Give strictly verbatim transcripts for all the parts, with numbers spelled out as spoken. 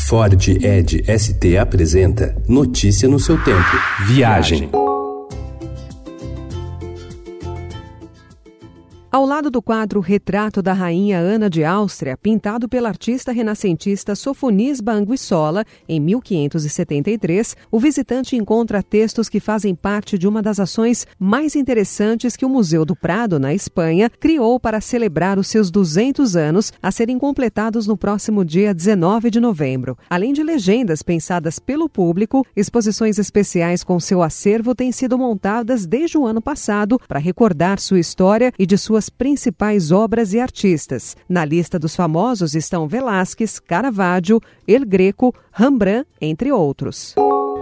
Ford Edge S T apresenta Notícia no seu tempo. Viagem. Ao lado do quadro Retrato da Rainha Ana de Áustria, pintado pela artista renascentista Sofonisba Anguissola, em mil quinhentos e setenta e três, o visitante encontra textos que fazem parte de uma das ações mais interessantes que o Museu do Prado, na Espanha, criou para celebrar os seus duzentos anos, a serem completados no próximo dia dezenove de novembro. Além de legendas pensadas pelo público, exposições especiais com seu acervo têm sido montadas desde o ano passado para recordar sua história e de suas principais obras e artistas. Na lista dos famosos estão Velázquez, Caravaggio, El Greco, Rembrandt, entre outros.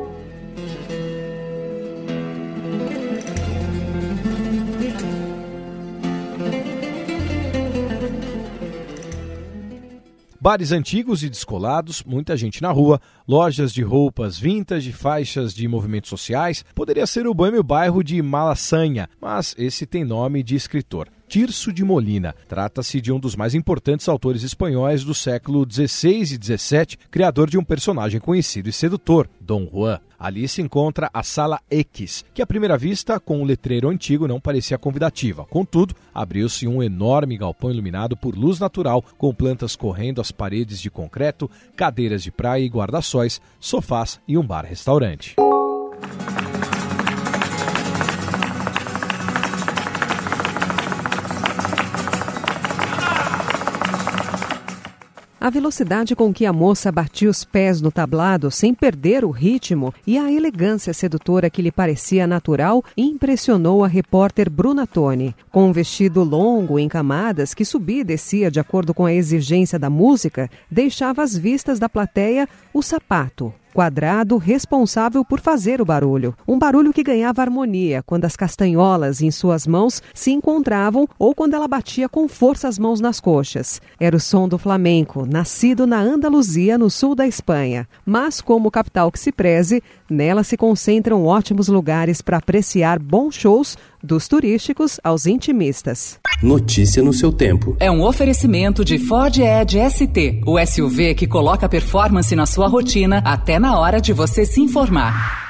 Bares antigos e descolados, muita gente na rua, lojas de roupas vintage, faixas de movimentos sociais. Poderia ser o boêmio bairro de Malasanha, mas esse tem nome de escritor. Tirso de Molina. Trata-se de um dos mais importantes autores espanhóis do século dezesseis e dezessete, criador de um personagem conhecido e sedutor, Dom Juan. Ali se encontra a Sala X, que à primeira vista, com o letreiro antigo, não parecia convidativa. Contudo, abriu-se um enorme galpão iluminado por luz natural, com plantas correndo as paredes de concreto, cadeiras de praia e guarda-sóis, sofás e um bar-restaurante. A velocidade com que a moça batia os pés no tablado sem perder o ritmo e a elegância sedutora que lhe parecia natural impressionou a repórter Bruna Toni. Com um vestido longo em camadas que subia e descia de acordo com a exigência da música, deixava às vistas da plateia o sapato quadrado responsável por fazer o barulho. Um barulho que ganhava harmonia quando as castanholas em suas mãos se encontravam ou quando ela batia com força as mãos nas coxas. Era o som do flamenco, nascido na Andaluzia, no sul da Espanha. Mas, como capital que se preze, nela se concentram ótimos lugares para apreciar bons shows, dos turísticos aos intimistas. Notícia no seu tempo. É um oferecimento de Ford Edge S T, o S U V que coloca performance na sua rotina até na hora de você se informar.